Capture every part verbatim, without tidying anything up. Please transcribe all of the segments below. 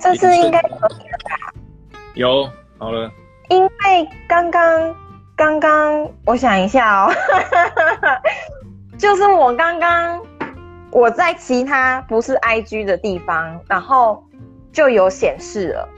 这次应该有好了， 因为刚刚刚刚我想一下哦，就是我刚刚我在其他不是 I G 的地方，然后就有显示了，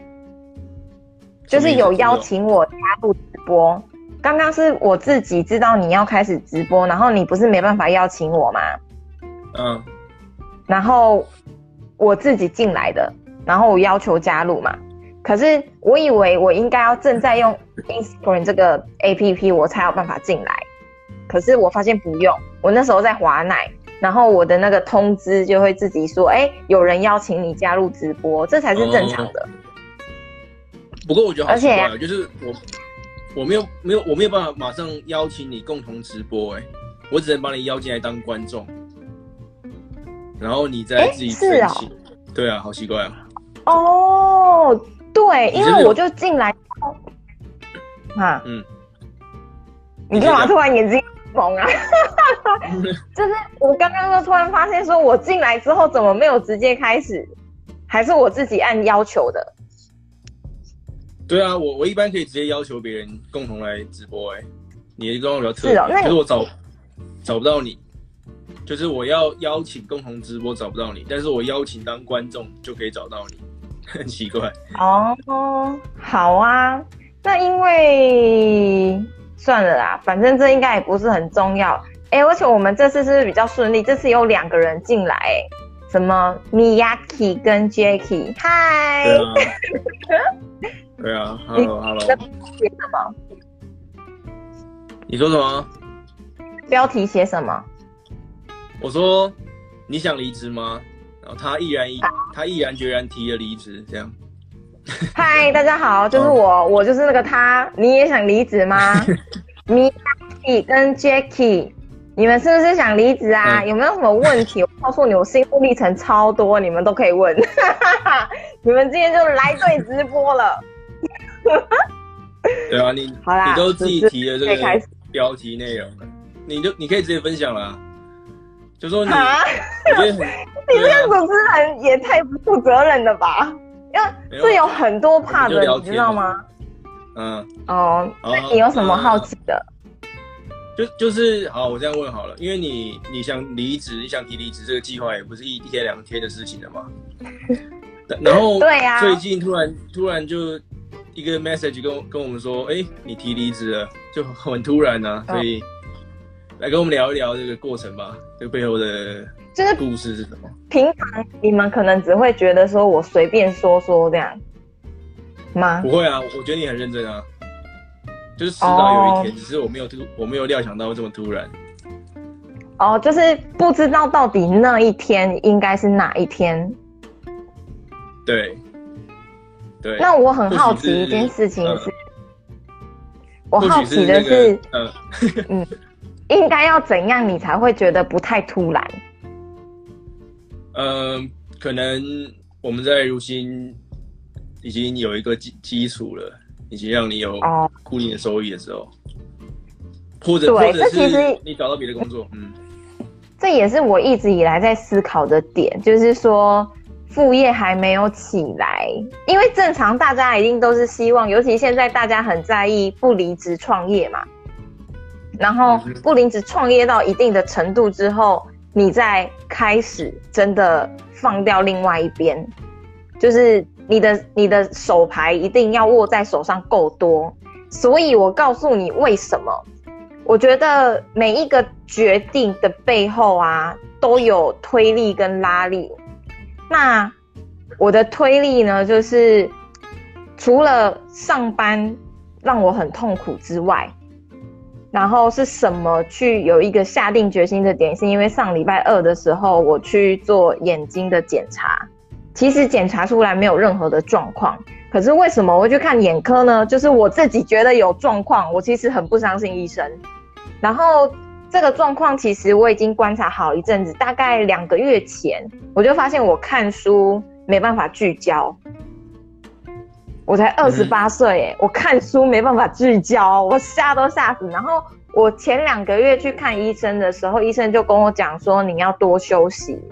就是有邀请我加入直播。刚刚是我自己知道你要开始直播，然后你不是没办法邀请我吗？ 嗯， 然后我自己进来的，然后我要求加入嘛。可是我以为我应该要正在用 Instagram 这个 A P P 我才有办法进来，可是我发现不用。我那时候在滑奶，然后我的那个通知就会自己说，哎，有人邀请你加入直播，这才是正常的。 嗯、不过我觉得好奇怪、啊，就是我我没有没有我没有办法马上邀请你共同直播、欸，哎，我只能把你邀进来当观众，然后你再自己申请。哦、对啊，好奇怪啊。 哦，对，因为我就进来，啊，嗯，你干嘛突然眼睛蒙啊？就是我刚刚就突然发现，说我进来之后怎么没有直接开始，还是我自己按要求的？ 对啊，我我一般可以直接要求别人共同来直播、欸，哎，你的状况比较特别， 是哦，那可是我找找不到你，就是我要邀请共同直播找不到你，但是我邀请当观众就可以找到你。很奇怪哦，好啊，那因为算了啦，反正这应该也不是很重要。哎、欸，而且我们这次是不是比较顺利？这次有两个人进来、欸，什么 Miyaki 跟 Jacky， 嗨， 对啊，对啊 ，Hello Hello， 写什么？ 你说什么？ 标题写什么？ 我说你想离职吗？然后他毅然他毅然决然提了离职，这样。 嗨，大家好，就是我，哦、我就是那个他。你也想离职吗？Miyaki 跟 Jacky， 你们是不是想离职啊？嗯、有没有什么问题？我告诉你，我心路历程超多，你们都可以问。你们今天就来对直播了。 对啊，你好啦，你都自己提了这个标题内容了，你就你可以直接分享了、啊。就说你，我觉得很， 你这个主持人也太不负责任了吧？因为这有很多怕的，你知道吗？ 嗯。 哦，那你有什么好奇的？ 就就是好，我这样问好了，因为你你想离职，你想提离职这个计划也不是一天两天的事情了嘛。然后对呀， 最近突然突然就一个 message 跟跟我们说，哎、欸，你提离职了，就很突然啊，所以。来跟我们聊一聊这个过程吧，这个背后的就是故事是什么？ 平常你们可能只会觉得说我随便说说这样吗？ 不会啊，我觉得你很认真啊，就是迟早有一天， oh. 只是我没有突，我没有料想到这么突然。 哦， oh, 就是不知道到底那一天应该是哪一天。 对，对。 那我很好奇一件事情是，嗯、我好奇的是，是那個、嗯嗯。应该要怎样你才会觉得不太突然？ 呃，可能我们在如新已经有一个基基础了，以及让你有固定的收益的时候，哦、或者或者是你找到别的工作，嗯， 这也是我一直以来在思考的点，就是说副业还没有起来，因为正常大家一定都是希望，尤其现在大家很在意不离职创业嘛。然后不离职创业到一定的程度之后，你再开始真的放掉另外一边，就是你的你的手牌一定要握在手上够多。所以我告诉你为什么，我觉得每一个决定的背后啊，都有推力跟拉力。那我的推力呢，就是除了上班让我很痛苦之外，然后是什么去有一个下定决心的点，是因为上礼拜二的时候我去做眼睛的检查，其实检查出来没有任何的状况，可是为什么我会去看眼科呢？就是我自己觉得有状况，我其实很不相信医生。然后这个状况其实我已经观察好一阵子，大概两个月前我就发现我看书没办法聚焦。我才二十八岁耶，我看书没办法聚焦，我吓都吓死。然后我前两个月去看医生的时候，医生就跟我讲说你要多休息，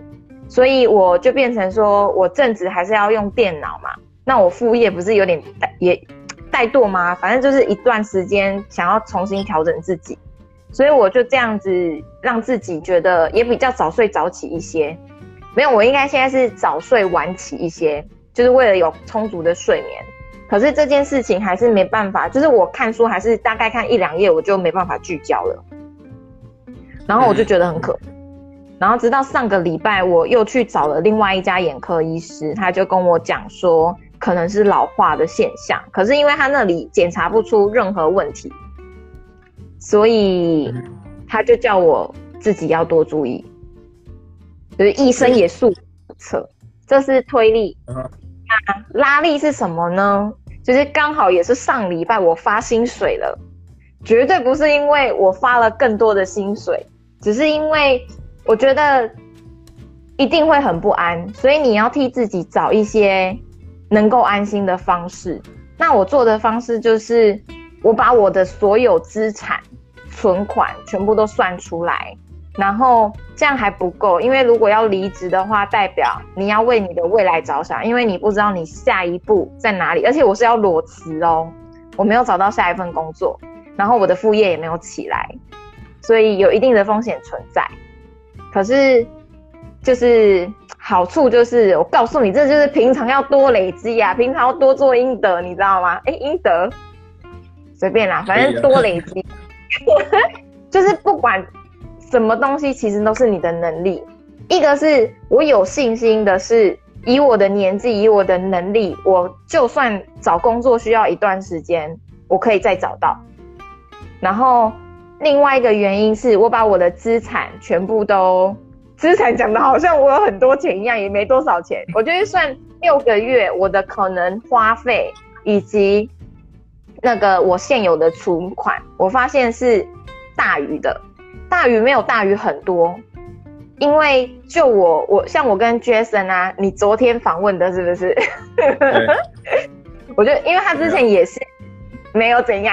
所以我就变成说我正职还是要用电脑嘛，那我副业不是有点也怠惰吗？反正就是一段时间想要重新调整自己，所以我就这样子让自己觉得也比较早睡早起一些。没有，我应该现在是早睡晚起一些，就是为了有充足的睡眠。可是这件事情还是没办法，就是我看书还是大概看一两页我就没办法聚焦了，然后我就觉得很可怕。然后直到上个礼拜我又去找了另外一家眼科医师，他就跟我讲说可能是老化的现象，可是因为他那里检查不出任何问题，所以他就叫我自己要多注意，就是医生也束手无策。这是推力。那拉力是什么呢？就是刚好也是上礼拜我发薪水了，绝对不是因为我发了更多的薪水，只是因为我觉得一定会很不安，所以你要替自己找一些能够安心的方式。那我做的方式就是我把我的所有资产存款全部都算出来，然后这样还不够，因为如果要离职的话，代表你要为你的未来着想，因为你不知道你下一步在哪里，而且我是要裸辞哦，我没有找到下一份工作，然后我的副业也没有起来，所以有一定的风险存在。可是就是好处就是我告诉你，这就是平常要多累积啊，平常要多做阴德，你知道吗？哎，阴德随便啦，反正多累积就是不管什么东西其实都是你的能力。一个是我有信心的是以我的年纪以我的能力，我就算找工作需要一段时间我可以再找到。然后另外一个原因是我把我的资产全部都，资产讲的好像我有很多钱一样，也没多少钱，我就是算六个月我的可能花费以及那个我现有的存款，我发现是大于的，大于没有大于很多。因为就我我像我跟 Jason 啊，你昨天访问的是不是？我觉得因为他之前也是没有怎样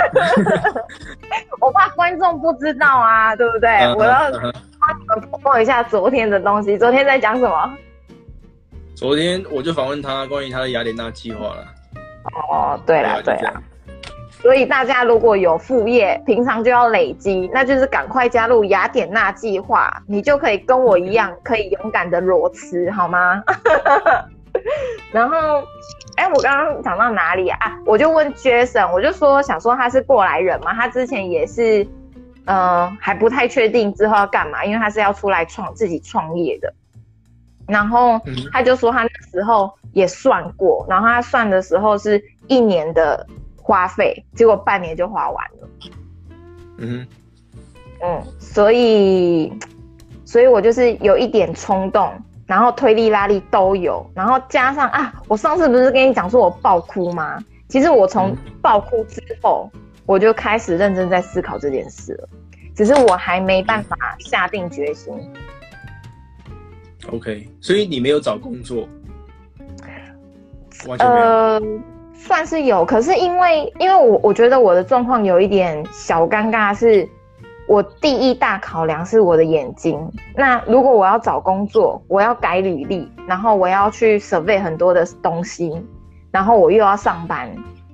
我怕观众不知道啊，对不对？ uh-huh, 我要帮你们播一下昨天的东西。昨天在讲什么？ 昨天我就访问他关于他的雅典娜计划了。 哦，对啦对啦，所以大家如果有副业，平常就要累积，那就是赶快加入雅典娜计划，你就可以跟我一样，可以勇敢的裸辞，好吗？然后，哎，我刚刚讲到哪里啊？啊，我就问 Jason， 我就说想说他是过来人嘛，他之前也是，呃，还不太确定之后要干嘛，因为他是要出来创自己创业的。然后他就说他那时候也算过，然后他算的时候是一年的花费，结果半年就花完了。嗯嗯，所以，所以我就是有一点冲动。然后推力拉力都有，然后加上啊，我上次不是跟你讲说我爆哭吗？其实我从爆哭之后，我就开始认真在思考这件事了，只是我还没办法下定决心。 OK， 所以你没有找工作？完全没有。 呃，算是有，可是因为因为我我觉得我的状况有一点小尴尬是。我第一大考量是我的眼睛，那如果我要找工作，我要改履历，然后我要去 survey 很多的东西，然后我又要上班，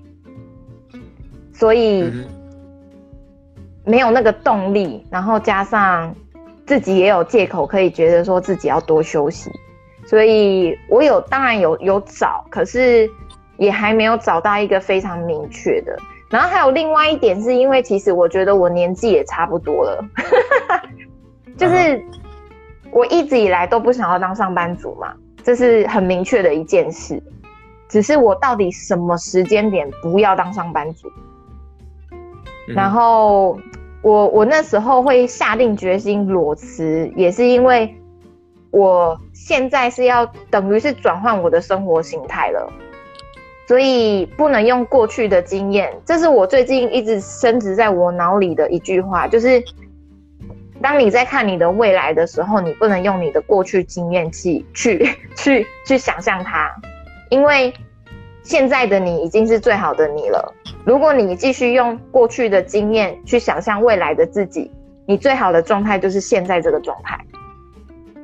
所以没有那个动力，然后加上自己也有借口可以觉得说自己要多休息，所以我有当然有有找，可是也还没有找到一个非常明确的。然后还有另外一点是因为其实我觉得我年纪也差不多了就是我一直以来都不想要当上班族嘛，这是很明确的一件事，只是我到底什么时间点不要当上班族、嗯、然后我我那时候会下定决心裸辞，也是因为我现在是要等于是转换我的生活形态了，所以不能用过去的经验，这是我最近一直深植在我脑里的一句话，就是当你在看你的未来的时候，你不能用你的过去经验去去去去想象它，因为现在的你已经是最好的你了。如果你继续用过去的经验去想象未来的自己，你最好的状态就是现在这个状态。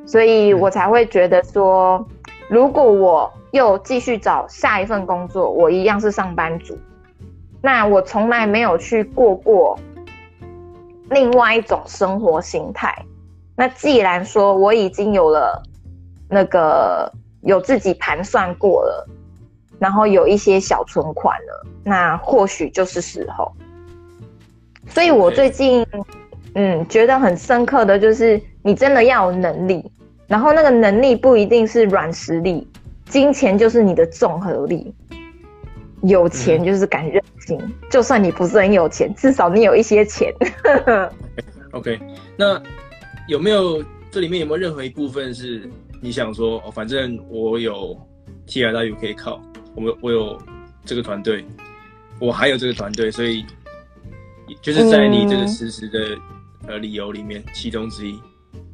所以我才会觉得说，如果我又继续找下一份工作，我一样是上班族，那我从来没有去过过另外一种生活形态。那既然说我已经有了那个有自己盘算过了，然后有一些小存款了，那或许就是时候。所以我最近嗯觉得很深刻的就是你真的要有能力，然后那个能力不一定是软实力，金钱就是你的综合力。有钱就是敢任性、嗯、就算你不是很有钱，至少你有一些钱。 OK， 那有没有这里面有没有任何一部分是你想说哦，反正我有 T R W 可以靠，我我有这个团队，我还有这个团队，所以就是在你这个实时的、嗯、呃理由里面其中之一。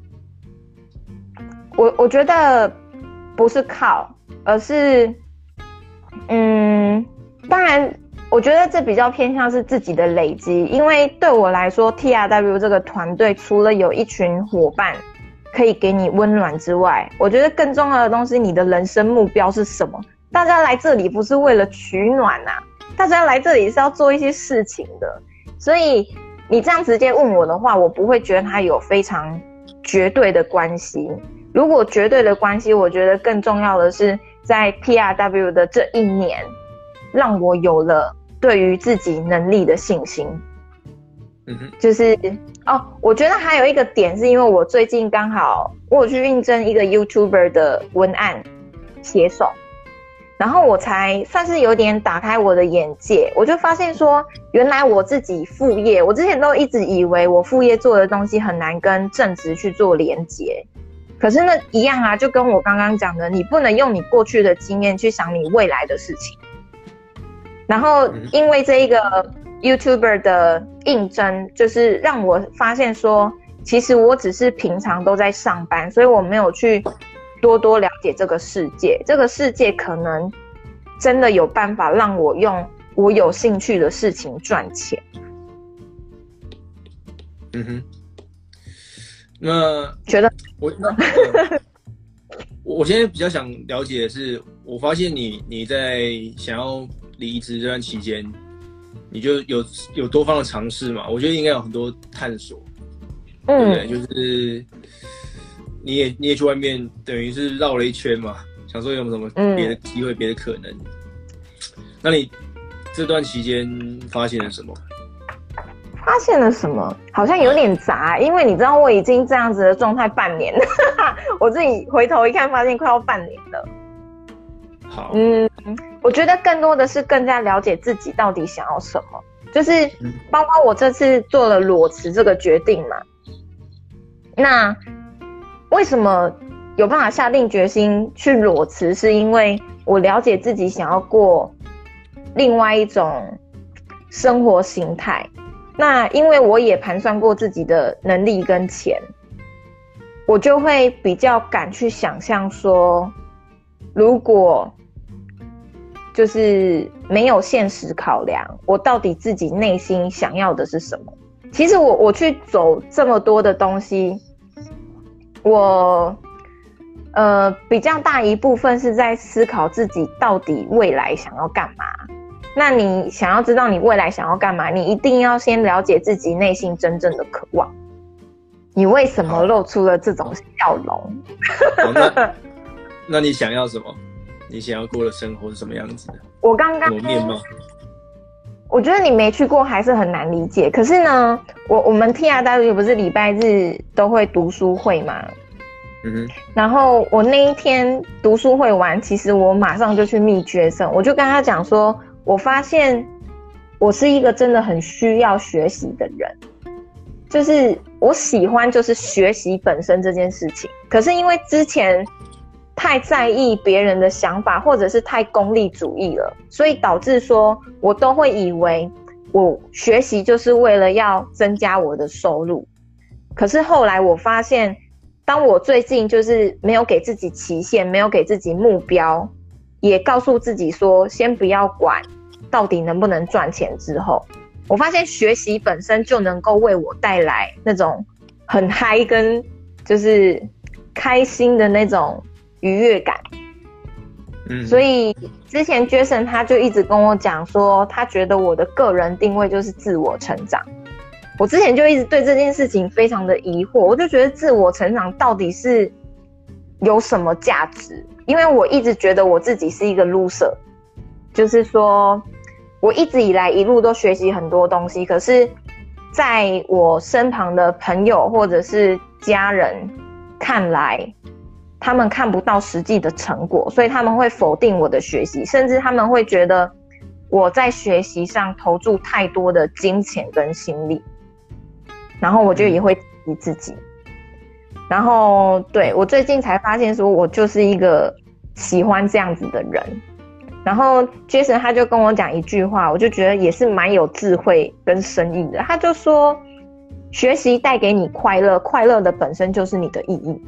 我我觉得不是靠，而是嗯，当然我觉得这比较偏向是自己的累积，因为对我来说 T R W 这个团队除了有一群伙伴可以给你温暖之外，我觉得更重要的东西，你的人生目标是什么？大家来这里不是为了取暖啊，大家来这里是要做一些事情的。所以你这样直接问我的话，我不会觉得它有非常绝对的关系。如果绝对的关系，我觉得更重要的是在 T R W 的这一年，让我有了对于自己能力的信心。 嗯哼， 就是哦，我觉得还有一个点是因为我最近刚好我有去应征一个 YouTuber 的文案写手，然后我才算是有点打开我的眼界，我就发现说，原来我自己副业，我之前都一直以为我副业做的东西很难跟正职去做连结，可是那一样啊，就跟我刚刚讲的，你不能用你过去的经验去想你未来的事情。然后因为这一个 YouTuber 的应征，就是让我发现说，其实我只是平常都在上班，所以我没有去多多了解这个世界，这个世界可能真的有办法让我用我有兴趣的事情赚钱。 嗯哼，那觉得我那、呃、我现在比较想了解的是，我发现你你在想要离职这段期间，你就有有多方的尝试嘛？我觉得应该有很多探索，嗯，对不对？就是你也你也去外面，等于是绕了一圈嘛，想说有没有什么别的机会、别、嗯、的可能。那你这段期间发现了什么？ 发现了什么？好像有点杂，因为你知道我已经这样子的状态半年了，我自己回头一看，发现快要半年了。 好， 嗯，我觉得更多的是更加了解自己到底想要什么，就是包括我这次做了裸辞这个决定嘛。那为什么有办法下定决心去裸辞？是因为我了解自己想要过另外一种生活形态。那因为我也盘算过自己的能力跟钱，我就会比较敢去想象说，如果就是没有现实考量，我到底自己内心想要的是什么？其实我我去走这么多的东西，我呃比较大一部分是在思考自己到底未来想要干嘛。那你想要知道你未来想要干嘛，你一定要先了解自己内心真正的渴望。你为什么露出了这种笑容？ 那, 那你想要什么？你想要过的生活是什么样子的？ 我刚刚什么面貌？ 我觉得你没去过还是很难理解。可是呢，我我们 T R W 不是礼拜日都会读书会吗？ 嗯哼。 然后我那一天读书会完，其实我马上就去密Jason，我就跟他讲说，我发现我是一个真的很需要学习的人，就是我喜欢就是学习本身这件事情。可是因为之前太在意别人的想法，或者是太功利主义了，所以导致说我都会以为我学习就是为了要增加我的收入。可是后来我发现，当我最近就是没有给自己期限，没有给自己目标，也告诉自己说先不要管到底能不能赚钱之后，我发现学习本身就能够为我带来那种很嗨跟就是开心的那种愉悦感。嗯，所以之前 Jason 他就一直跟我讲说，他觉得我的个人定位就是自我成长。我之前就一直对这件事情非常的疑惑，我就觉得自我成长到底是有什么价值？因为我一直觉得我自己是一个 loser， 就是说我一直以来一路都学习很多东西，可是在我身旁的朋友或者是家人看来，他们看不到实际的成果，所以他们会否定我的学习，甚至他们会觉得我在学习上投注太多的金钱跟心力，然后我就也会质疑自己。然后对，我最近才发现说我就是一个喜欢这样子的人。然后 Jason 他就跟我讲一句话，我就觉得也是蛮有智慧跟深意的。他就说，学习带给你快乐，快乐的本身就是你的意义。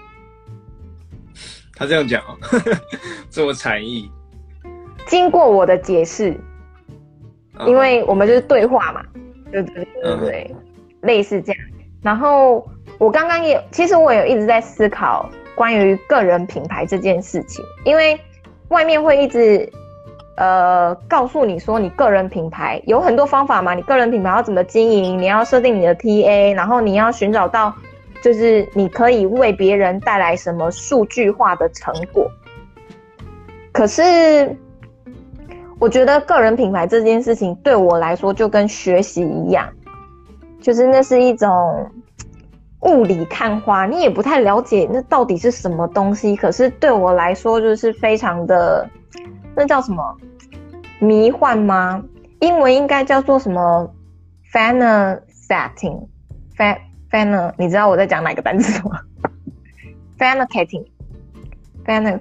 他这样讲哦，这么禅意。 经过我的解释，因为我们就是对话嘛，对对对对对，嗯、类似这样。然后我刚刚也，其实我有一直在思考关于个人品牌这件事情，因为外面会一直呃告诉你说，你个人品牌有很多方法嘛，你个人品牌要怎么经营，你要设定你的 T A， 然后你要寻找到就是你可以为别人带来什么数据化的成果。可是我觉得个人品牌这件事情对我来说就跟学习一样，就是那是一种雾里看花，你也不太了解那到底是什么东西，可是对我来说就是非常的，那叫什么迷幻吗？英文应该叫做什么 Fascinating Fan， 你知道我在讲哪个单词吗？ Fascinating Fan，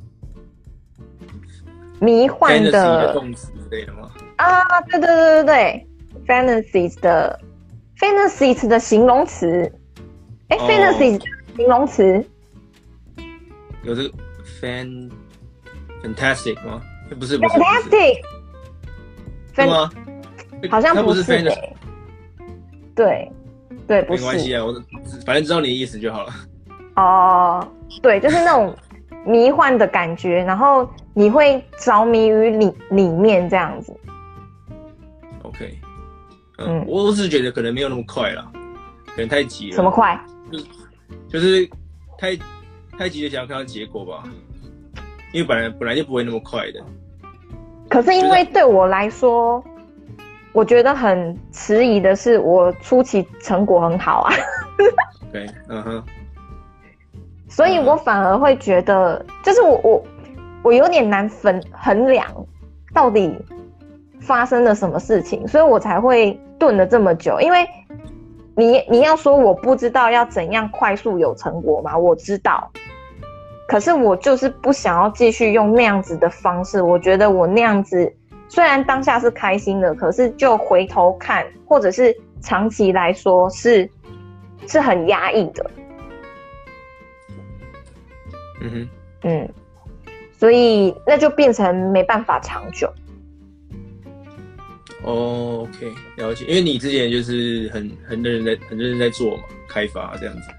迷幻的 Fantasy 的动词之类的吗？ 啊，对对对对对 Fantasies 的 Fantasies 的形容词。哎、欸 oh, ，fantasy 形容词有这个 fan fantastic 吗？不是不是 fantastic， 是吗？ 好像不是、欸。 是对对，不是。 没关系啊，我反正知道你的意思就好了。 哦，对，就是那种迷幻的感觉，然后你会着迷于里里面这样子。 OK， 嗯，嗯我只是觉得可能没有那么快啦，可能太急了。 什么快？ 就是就是太太急着想要看到结果吧，因为本来本来就不会那么快的。 可是因为对我来说，我觉得很迟疑的是，我初期成果很好啊。 对，嗯哼。 所以我反而会觉得，就是我我我有点难分衡量到底发生了什么事情，所以我才会顿了这么久，因为。你你要说我不知道要怎样快速有成果吗？我知道，可是我就是不想要继续用那样子的方式。我觉得我那样子虽然当下是开心的，可是就回头看，或者是长期来说是是很压抑的。 嗯哼， 嗯，所以那就变成没办法长久。 哦 ，OK， 了解。因为你之前就是很很认真在很认真在做嘛，开发这样子。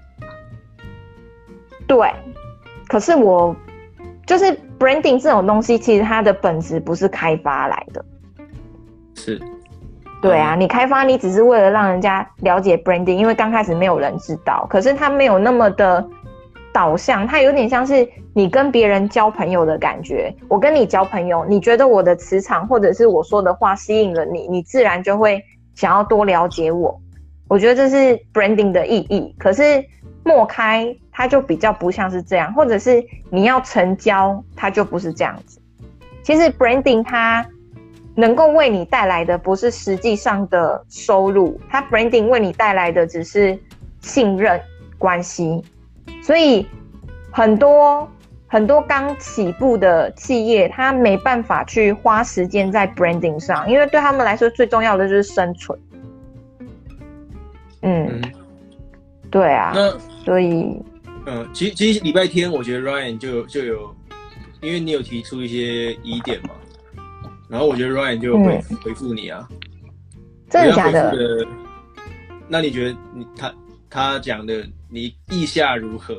对，可是我就是 branding 这种东西，其实它的本质不是开发来的。 是。 对啊，嗯、你开发你只是为了让人家了解 branding， 因为刚开始没有人知道，可是它没有那么的导向，它有点像是你跟别人交朋友的感觉。我跟你交朋友，你觉得我的磁场或者是我说的话吸引了你，你自然就会想要多了解我。我觉得这是 branding 的意义。可是陌开它就比较不像是这样，或者是你要成交，它就不是这样子。其实 branding 它能够为你带来的不是实际上的收入，它 branding 为你带来的只是信任关系。所以很多很多刚起步的企业，他没办法去花时间在 branding 上，因为对他们来说最重要的就是生存。嗯，嗯对啊， 那所以， 嗯，其实其实礼拜天我觉得 Ryan 就有就有，因为你有提出一些疑点嘛，然后我觉得 Ryan 就回、嗯、回复你啊， 真的假的？ 那你觉得你他他讲的，你意下如何？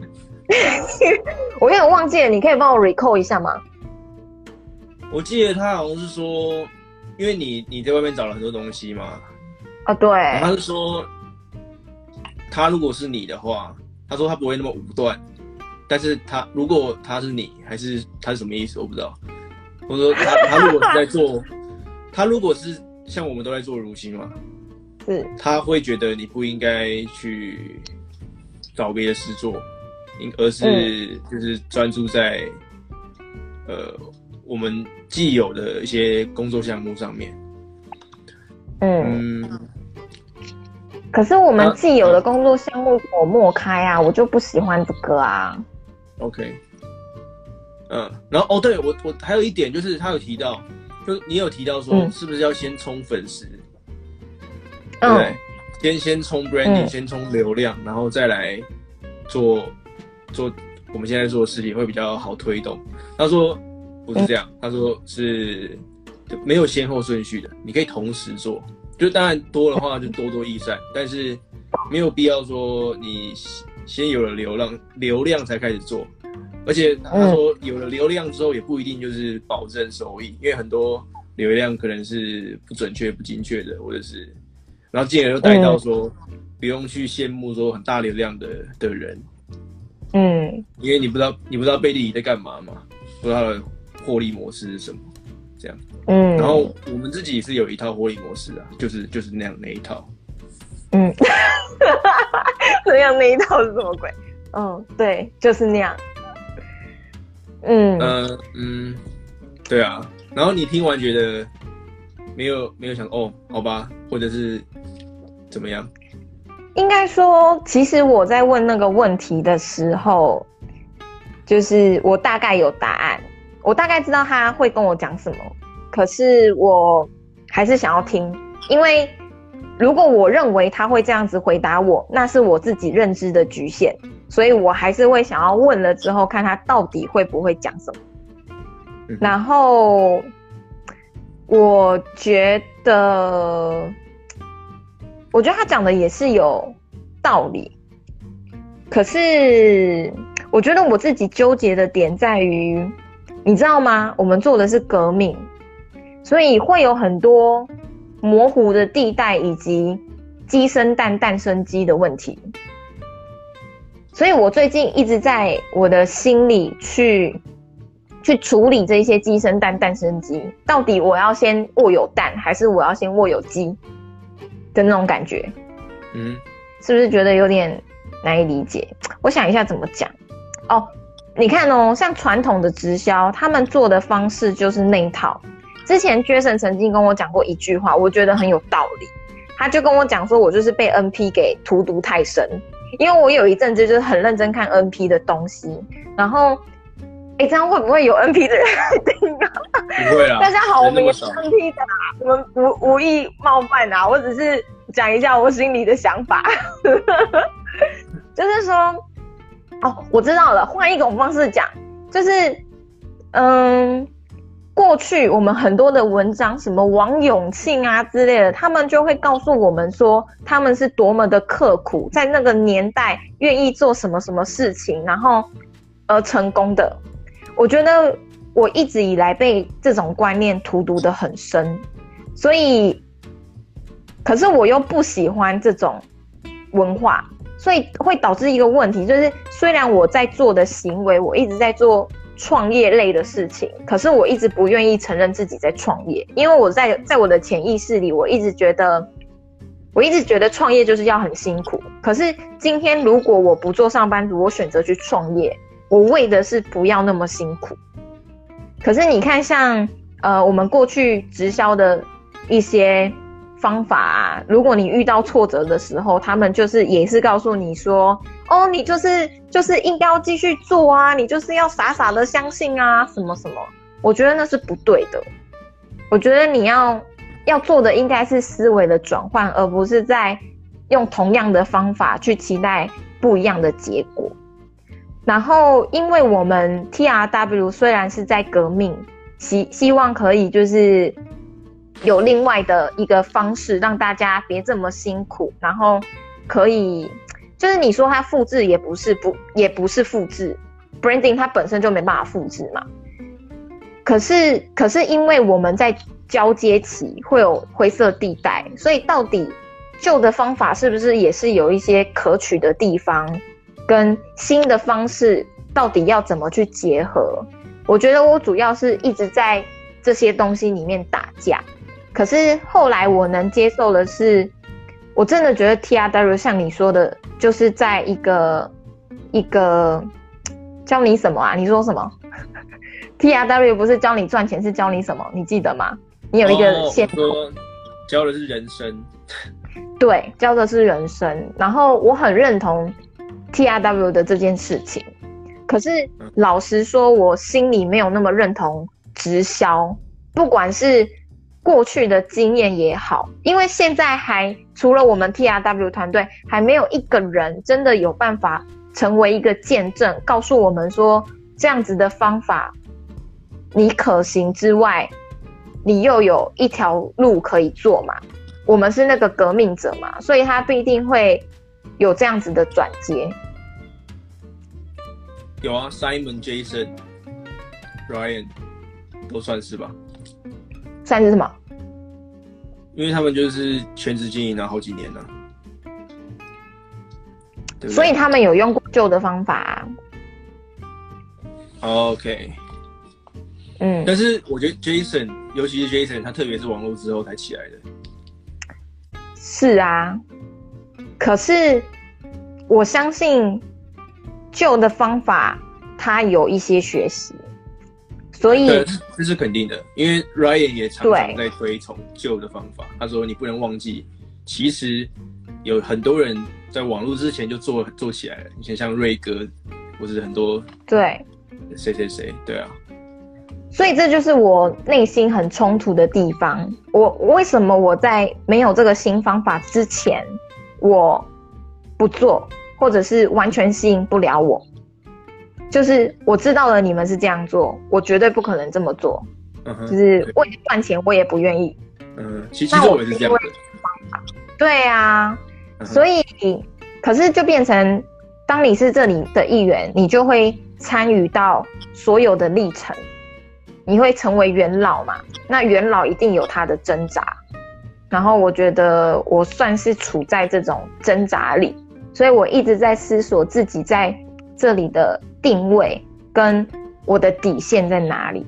我有点忘记了，你可以帮我 recall 一下吗？ 我记得他好像是说，因为你你在外面找了很多东西嘛。 啊，对。 他是说，他如果是你的话，他说他不会那么武断，但是他如果他是你，还是他是什么意思？我不知道。我说他他如果是在做，他如果是像我们都在做如新嘛， 是， 他会觉得你不应该去找别的事做，而是就是专注在、嗯、呃我们既有的一些工作项目上面。 嗯。嗯，可是我们既有的工作项目我抹开啊，我就不喜欢这个啊。 OK。嗯，然后哦，对我我还有一点就是他有提到，就你有提到说、嗯、是不是要先冲粉丝，对不对？嗯、先先冲 branding，、嗯、先冲流量，然后再来做做我们现在做的事情会比较好推动。他说不是这样，嗯、他说是没有先后顺序的，你可以同时做。就当然多的话就多多益善，但是没有必要说你先有了流量流量才开始做。而且他说有了流量之后也不一定就是保证收益，因为很多流量可能是不准确不精确的，或者是然后进而又带到说不用去羡慕说很大流量的的人，嗯，因为你不知道你不知道贝利在干嘛嘛，不知道他的获利模式是什么，这样，嗯，然后我们自己是有一套获利模式啊，就是就是那样那一套，嗯， 那样那一套是什么鬼？嗯，对，就是那样。嗯呃嗯，对啊，然后你听完觉得没有没有想哦，好吧，或者是怎么样？ 应该说，其实我在问那个问题的时候，就是我大概有答案，我大概知道他会跟我讲什么，可是我还是想要听，因为如果我认为他会这样子回答我，那是我自己认知的局限。所以我还是会想要问了之后看他到底会不会讲什么、嗯、然后我觉得我觉得他讲的也是有道理，可是我觉得我自己纠结的点在于，你知道吗，我们做的是革命，所以会有很多模糊的地带以及鸡生蛋蛋生鸡的问题，所以我最近一直在我的心里去去处理这些鸡生蛋蛋生鸡，到底我要先握有蛋还是我要先握有鸡的那种感觉，嗯，是不是觉得有点难以理解？我想一下怎么讲哦。你看哦，像传统的直销他们做的方式就是那一套。之前 Jason 曾经跟我讲过一句话，我觉得很有道理，他就跟我讲说我就是被 N P 给荼毒太深，因为我有一阵子就是很认真看 N P 的东西，然后哎，这样会不会有 N P 的人听啊？ 不会啊。 大家好，我们也是 N P 的啦，我们无无意冒犯啊，我只是讲一下我心里的想法。就是说，哦，我知道了，换一种方式讲，就是嗯，过去我们很多的文章，什么王永庆啊之类的，他们就会告诉我们说，他们是多么的刻苦，在那个年代愿意做什么什么事情，然后而成功的。我觉得我一直以来被这种观念荼毒得很深，所以，可是我又不喜欢这种文化，所以会导致一个问题，就是虽然我在做的行为，我一直在做创业类的事情，可是我一直不愿意承认自己在创业，因为我在在我的潜意识里，我一直觉得，我一直觉得创业就是要很辛苦。可是今天如果我不做上班族，我选择去创业，我为的是不要那么辛苦。可是你看像呃我们过去直销的一些方法啊，如果你遇到挫折的时候，他们就是也是告诉你说，哦，你就是就是应该要继续做啊，你就是要傻傻的相信啊，什么什么。我觉得那是不对的。我觉得你要要做的应该是思维的转换，而不是在用同样的方法去期待不一样的结果。然后因为我们 T R W 虽然是在革命，希希望可以就是有另外的一个方式让大家别这么辛苦，然后可以就是你说它复制也不是不也不是复制 ，branding 它本身就没办法复制嘛。可是可是因为我们在交接期会有灰色地带，所以到底旧的方法是不是也是有一些可取的地方，跟新的方式到底要怎么去结合？我觉得我主要是一直在这些东西里面打架。可是后来我能接受的是，我真的觉得 T R W 像你说的，就是在一个一个教你什么啊？你说什么？T R W 不是教你赚钱，是教你什么？你记得吗？你有一个线索， 哦，教的是人生。 对，教的是人生。然后我很认同 T R W 的这件事情，可是老实说，我心里没有那么认同直销，不管是过去的经验也好，因为现在还除了我们 T R W 团队，还没有一个人真的有办法成为一个见证，告诉我们说这样子的方法你可行之外，你又有一条路可以做嘛。我们是那个革命者嘛，所以他必定会有这样子的转接。 有啊 ，Simon、Jason、Ryan 都算是吧。 算是什么？ 因为他们就是全职经营了好几年了，对不对？ 所以他们有用过旧的方法啊。 OK， 嗯， 但是我觉得 Jason， 尤其是 Jason， 他特别是网络之后才起来的。 是啊，可是我相信旧的方法他有一些学习。所以这是肯定的，因为 Ryan 也常常在推崇旧的方法。他说：“你不能忘记，其实有很多人在网络之前就做做起来了。你想像瑞哥，或是很多对谁谁谁，对啊。 所以这就是我内心很冲突的地方。我为什么我在没有这个新方法之前，我不做，或者是完全吸引不了我？”就是我知道了你们是这样做，我绝对不可能这么做。嗯、就是为了赚钱，我也不愿意。 嗯，其实我也是这样的。 对啊， 嗯、 所以可是就变成，当你是这里的一员，你就会参与到所有的历程，你会成为元老嘛？那元老一定有他的挣扎，然后我觉得我算是处在这种挣扎里，所以我一直在思索自己在这里的定位跟我的底线在哪里。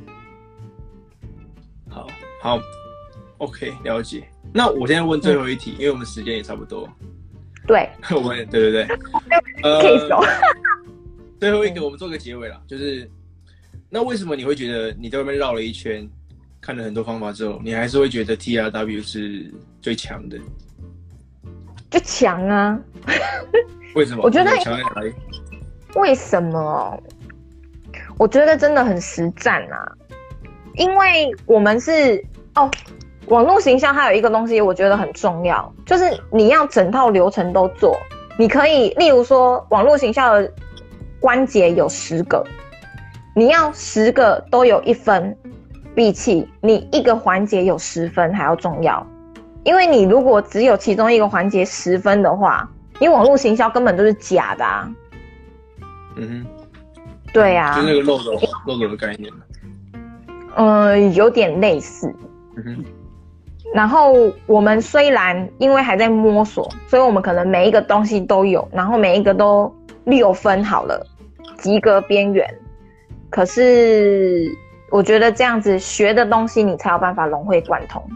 好好 OK， 了解。那我现在问最后一题、嗯、因为我们时间也差不多。 对我们对对对呃最后一个我们做个结尾啦，就是那为什么你会觉得你在外面绕了一圈，看了很多方法之后，你还是会觉得 T R W 是最强的？ 就强啊为什么？ 我觉得强在哪里？ 为什么？我觉得真的很实战啊，因为我们是哦，网络行销还有一个东西我觉得很重要，就是你要整套流程都做。你可以，例如说网络行销的关节有十个，你要十个都有一分，比起你一个环节有十分还要重要。因为你如果只有其中一个环节十分的话，你网络行销根本都是假的啊。 嗯哼， 对啊， 就那个漏斗漏斗的概念。 嗯，有点类似。 嗯哼。 然后我们虽然因为还在摸索，所以我们可能每一个东西都有，然后每一个都六分好了，及格边缘。可是我觉得这样子学的东西，你才有办法融会贯通。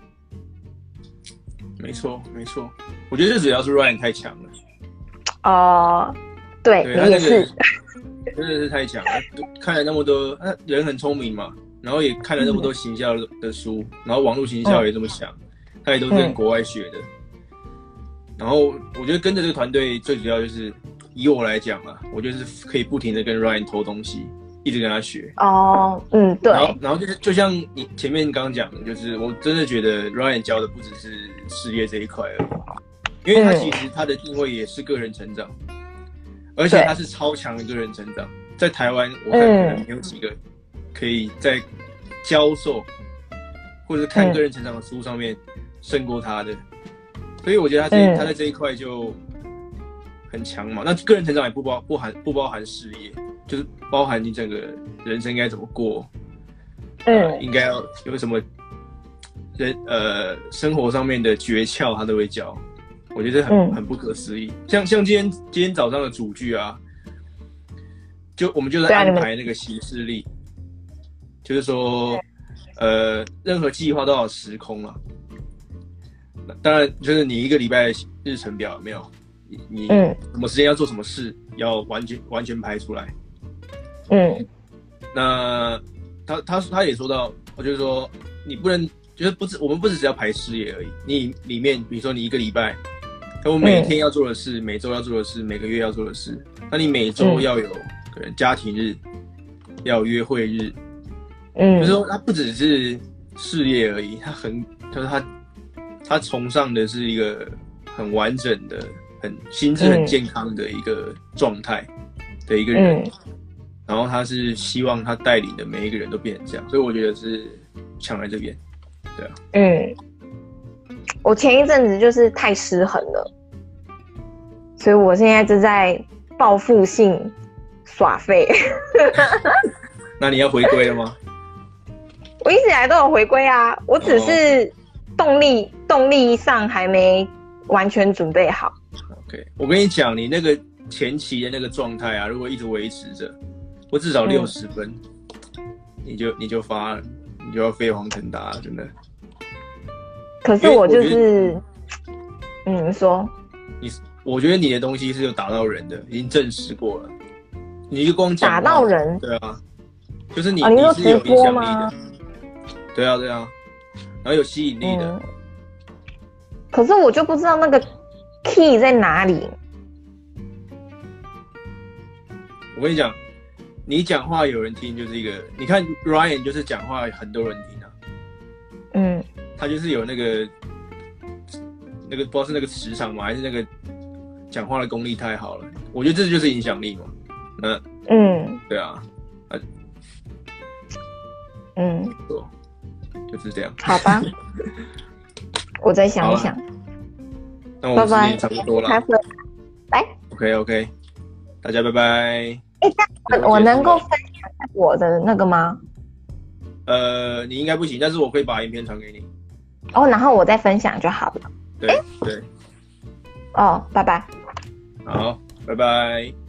没错，没错。我觉得这主要是 Ryan 太强了。 哦、呃，对， 对你也是， 真的是太强了。看了那么多，他人很聪明嘛，然后也看了那么多行销的书，嗯、然后网络行销也这么强，嗯、他也都是跟国外学的。嗯、然后我觉得跟着这个团队，最主要就是以我来讲啊，我就是可以不停的跟 Ryan 偷东西。一直跟他学哦，嗯，对。 然后，然后就是就像你前面刚刚讲的，就是我真的觉得 Ryan 教的不只是事业这一块而已，因为他其实他的定位也是个人成长，嗯、而且他是超强的个人成长。在台湾，我看可能没有几个可以在教授或者是看个人成长的书上面胜过他的，所以我觉得他这、嗯、他在这一块就很强嘛。那个人成长也不包不含不包含事业，就是包含你整个人生应该怎么过，嗯、呃，应该要有什么人呃生活上面的诀窍，他都会教。我觉得很、嗯、很不可思议。像像今天今天早上的主剧啊，就我们就在安排那个行事历，就是说呃任何计划都要有时空啊。当然，就是你一个礼拜的日程表有没有？你你什么时间要做什么事，要完全完全排出来。嗯，那他他他也说到，我就是说你不能，就是不只我们不只是要排事业而已，你里面比如说你一个礼拜，那我每天要做的事，嗯、每周要做的事，每个月要做的事，那你每周要有可能家庭日，要有约会日，嗯，就是说它不只是事业而已，它很就是它。他崇尚的是一个很完整的、很心智很健康的一个状态的一个人，嗯、然后他是希望他带领的每一个人都变成这样，所以我觉得是强在这边，对啊。嗯， 我前一阵子就是太失衡了，所以我现在就在报复性耍废。 那你要回归了吗？ 我一直以来都有回归啊，我只是动力。哦动力上还没完全准备好。 OK， 我跟你讲，你那个前期的那个状态啊，如果一直维持着，我至少六十分，嗯、你就你就发了，你就要飞黄腾达了，真的。 可是我就是，嗯，你说， 你我觉得你的东西是有打到人的，已经证实过了。你就光讲打到人， 对啊，就是你、 啊、你, 你是有影响力的， 对啊对啊，然后有吸引力的。嗯， 可是我就不知道那个 key 在哪里。 我跟你讲，你讲话有人听就是一个，你看 Ryan 就是讲话很多人听啊。嗯，他就是有那个那个不知道是那个磁场吗，还是那个讲话的功力太好了。我觉得这就是影响力嘛。那嗯，对啊，啊嗯，就是这样。 好吧。我再想一想。 那我们时间差不多了。 来 ，OK OK， 大家拜拜。 哎、欸，我能够分享我的那个吗？ 呃，你应该不行，但是我可以把影片传给你。 哦，然后我再分享就好了。 对、欸、对。 哦，拜拜。 好，拜拜。